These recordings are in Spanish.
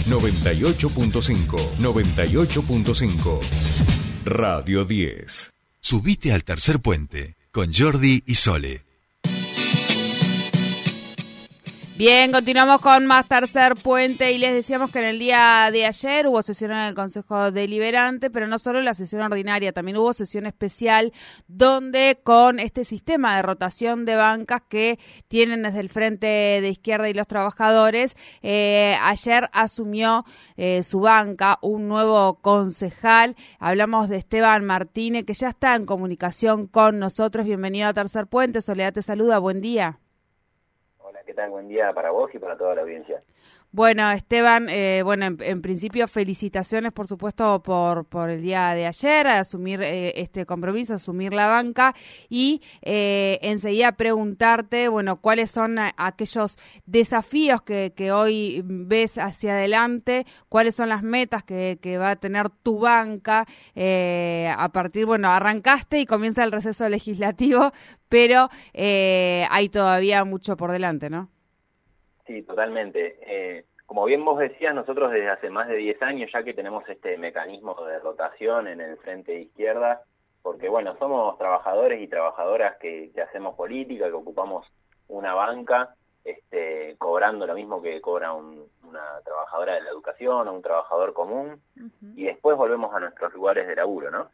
98.5. 98.5. Radio 10. Subite al tercer puente con Jordi y Sole. Bien, continuamos con más Tercer Puente y les decíamos que en el día de ayer hubo sesión en el Consejo Deliberante, pero no solo la sesión ordinaria, también hubo sesión especial donde con este sistema de rotación de bancas que tienen desde el Frente de Izquierda y los Trabajadores, ayer asumió su banca un nuevo concejal. Hablamos de Esteban Martínez, que ya está en comunicación con nosotros. Bienvenido a Tercer Puente. Soledad te saluda, buen día. ¿Qué tal? Buen día para vos y para toda la audiencia. Bueno, Esteban, en principio felicitaciones, por supuesto, por el día de ayer, asumir este compromiso, asumir la banca y enseguida preguntarte, bueno, cuáles son aquellos desafíos que hoy ves hacia adelante, cuáles son las metas que va a tener tu banca a partir, bueno, arrancaste y comienza el receso legislativo, pero hay todavía mucho por delante, ¿no? Sí, totalmente. Como bien vos decías, nosotros desde hace más de 10 años ya que tenemos este mecanismo de rotación en el Frente de Izquierda, porque bueno, somos trabajadores y trabajadoras que hacemos política, que ocupamos una banca, cobrando lo mismo que cobra una trabajadora de la educación o un trabajador común, y después volvemos a nuestros lugares de laburo, ¿no?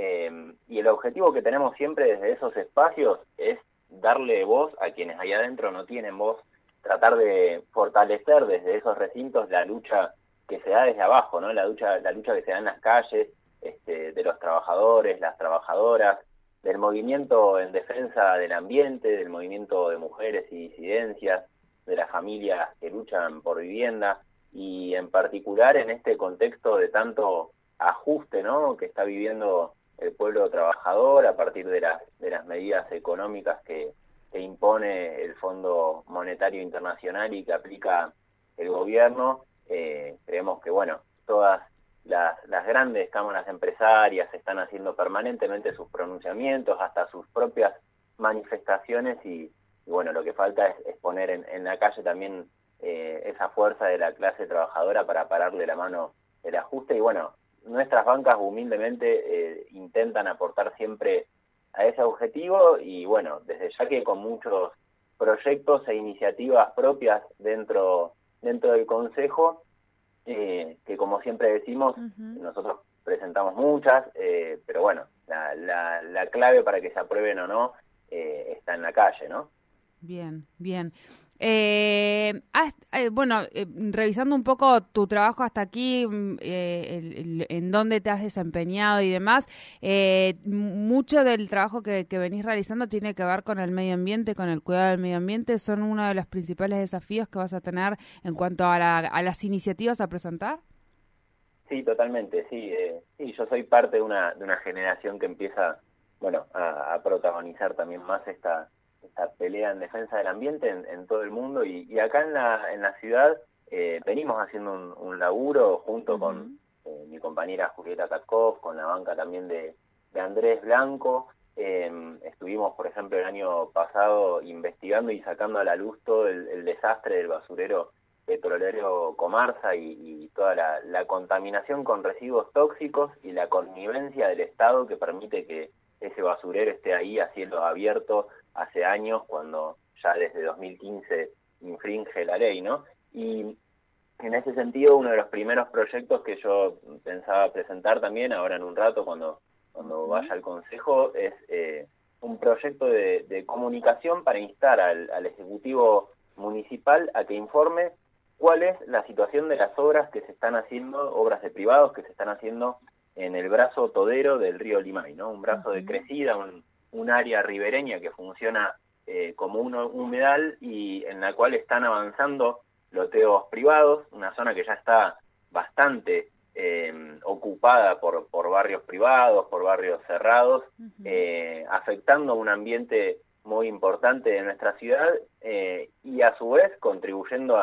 Y el objetivo que tenemos siempre desde esos espacios es darle voz a quienes allá adentro no tienen voz, tratar de fortalecer desde esos recintos la lucha que se da desde abajo, ¿no? La lucha que se da en las calles, de los trabajadores, las trabajadoras, del movimiento en defensa del ambiente, del movimiento de mujeres y disidencias, de las familias que luchan por vivienda, y en particular en este contexto de tanto ajuste, ¿no?, que está viviendo el pueblo trabajador a partir de las medidas económicas que impone el Fondo Monetario Internacional y que aplica el gobierno. Creemos que, bueno, todas las grandes cámaras empresarias están haciendo permanentemente sus pronunciamientos, hasta sus propias manifestaciones, y bueno, lo que falta es poner en la calle también esa fuerza de la clase trabajadora para pararle la mano el ajuste. Y bueno, nuestras bancas humildemente intentan aportar siempre a ese objetivo, y bueno, desde ya que con muchos proyectos e iniciativas propias dentro del Consejo, que como siempre decimos, nosotros presentamos muchas, pero bueno, la clave para que se aprueben o no está en la calle, ¿no? Bien, bien. Revisando un poco tu trabajo hasta aquí, en dónde te has desempeñado y demás, mucho del trabajo que venís realizando tiene que ver con el medio ambiente, con el cuidado del medio ambiente. ¿Son uno de los principales desafíos que vas a tener en cuanto a las iniciativas a presentar? Sí, totalmente, sí. Sí, yo soy parte de una generación que empieza, bueno, a protagonizar también más esta pelea en defensa del ambiente en todo el mundo, y acá en la ciudad venimos haciendo un laburo junto con mi compañera Julieta Katkov, con la banca también de Andrés Blanco. Estuvimos, por ejemplo, el año pasado investigando y sacando a la luz todo el desastre del basurero petrolero Comarsa y toda la contaminación con residuos tóxicos y la connivencia del Estado que permite que ese basurero esté ahí a cielo abierto hace años, cuando ya desde 2015 infringe la ley, ¿no? Y en ese sentido, uno de los primeros proyectos que yo pensaba presentar también, ahora en un rato, cuando vaya al Consejo, es un proyecto de comunicación para instar al Ejecutivo Municipal a que informe cuál es la situación de las obras que se están haciendo, obras de privados que se están haciendo en el brazo todero del río Limay, ¿no? Un brazo de crecida, un área ribereña que funciona como un humedal, y en la cual están avanzando loteos privados, una zona que ya está bastante ocupada por barrios privados, por barrios cerrados, afectando un ambiente muy importante de nuestra ciudad, y a su vez contribuyendo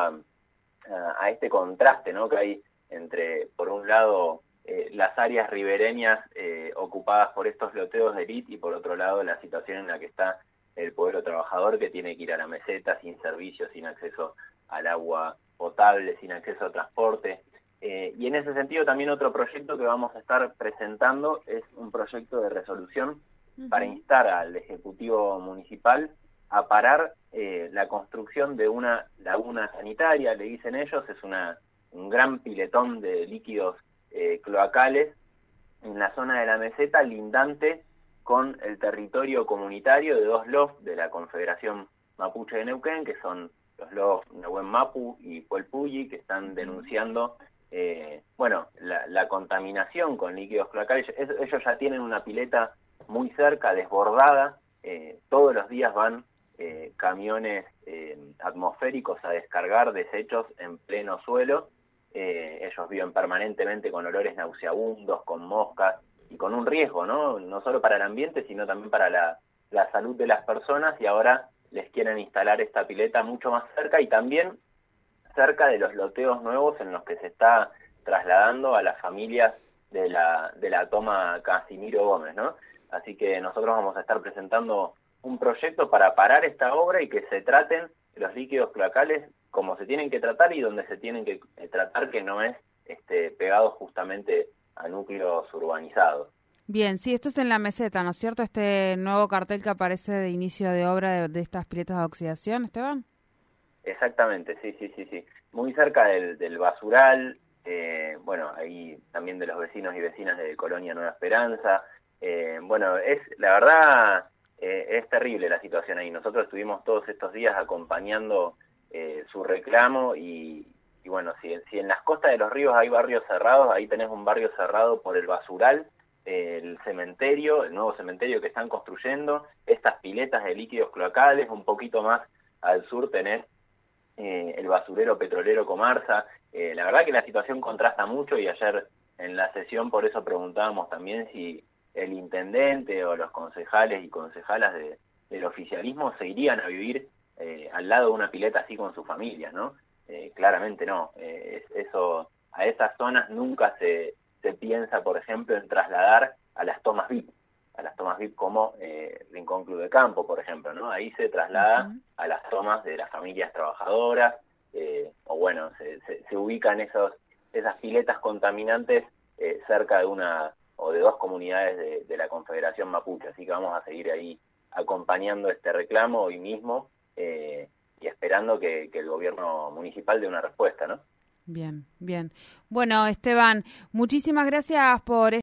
a este contraste, ¿no?, que hay entre, por un lado, las áreas ribereñas ocupadas por estos loteos de élite, y por otro lado la situación en la que está el pueblo trabajador, que tiene que ir a la meseta sin servicios, sin acceso al agua potable, sin acceso a transporte. Y en ese sentido también otro proyecto que vamos a estar presentando es un proyecto de resolución para instar al Ejecutivo Municipal a parar la construcción de una laguna sanitaria, le dicen ellos, es un gran piletón de líquidos cloacales en la zona de la meseta, lindante con el territorio comunitario de dos LOF de la Confederación Mapuche de Neuquén, que son los LOF Nehuen Mapu y Puelpulli, que están denunciando la contaminación con líquidos cloacales. Ellos ya tienen una pileta muy cerca, desbordada, todos los días van camiones atmosféricos a descargar desechos en pleno suelo. Ellos viven permanentemente con olores nauseabundos, con moscas y con un riesgo, no solo para el ambiente, sino también para la salud de las personas, y ahora les quieren instalar esta pileta mucho más cerca y también cerca de los loteos nuevos en los que se está trasladando a las familias de la toma Casimiro Gómez, ¿no? Así que nosotros vamos a estar presentando un proyecto para parar esta obra y que se traten los líquidos cloacales como se tienen que tratar y donde se tienen que tratar, que no es pegado justamente a núcleos urbanizados. Bien, sí, esto es en la meseta, ¿no es cierto? Este nuevo cartel que aparece de inicio de obra de estas piletas de oxidación, Esteban. Exactamente, sí. Muy cerca del basural, ahí también de los vecinos y vecinas de Colonia Nueva Esperanza. La verdad, es terrible la situación ahí. Nosotros estuvimos todos estos días acompañando su reclamo y si en las costas de los ríos hay barrios cerrados, ahí tenés un barrio cerrado por el basural, el cementerio, el nuevo cementerio que están construyendo, estas piletas de líquidos cloacales, un poquito más al sur tenés el basurero petrolero Comarsa. La verdad que la situación contrasta mucho y ayer en la sesión por eso preguntábamos también si el intendente o los concejales y concejalas del oficialismo se irían a vivir al lado de una pileta así con sus familias, ¿no? Claramente no. Eso, a esas zonas nunca se piensa, por ejemplo, en trasladar a las tomas VIP como Rincón Club de Campo, por ejemplo, ¿no? Ahí se traslada a las tomas de las familias trabajadoras, se ubican esas piletas contaminantes cerca de una o de dos comunidades de la Confederación Mapuche, así que vamos a seguir ahí acompañando este reclamo hoy mismo y esperando que el gobierno municipal dé una respuesta, ¿no? Bien. Bueno, Esteban, muchísimas gracias por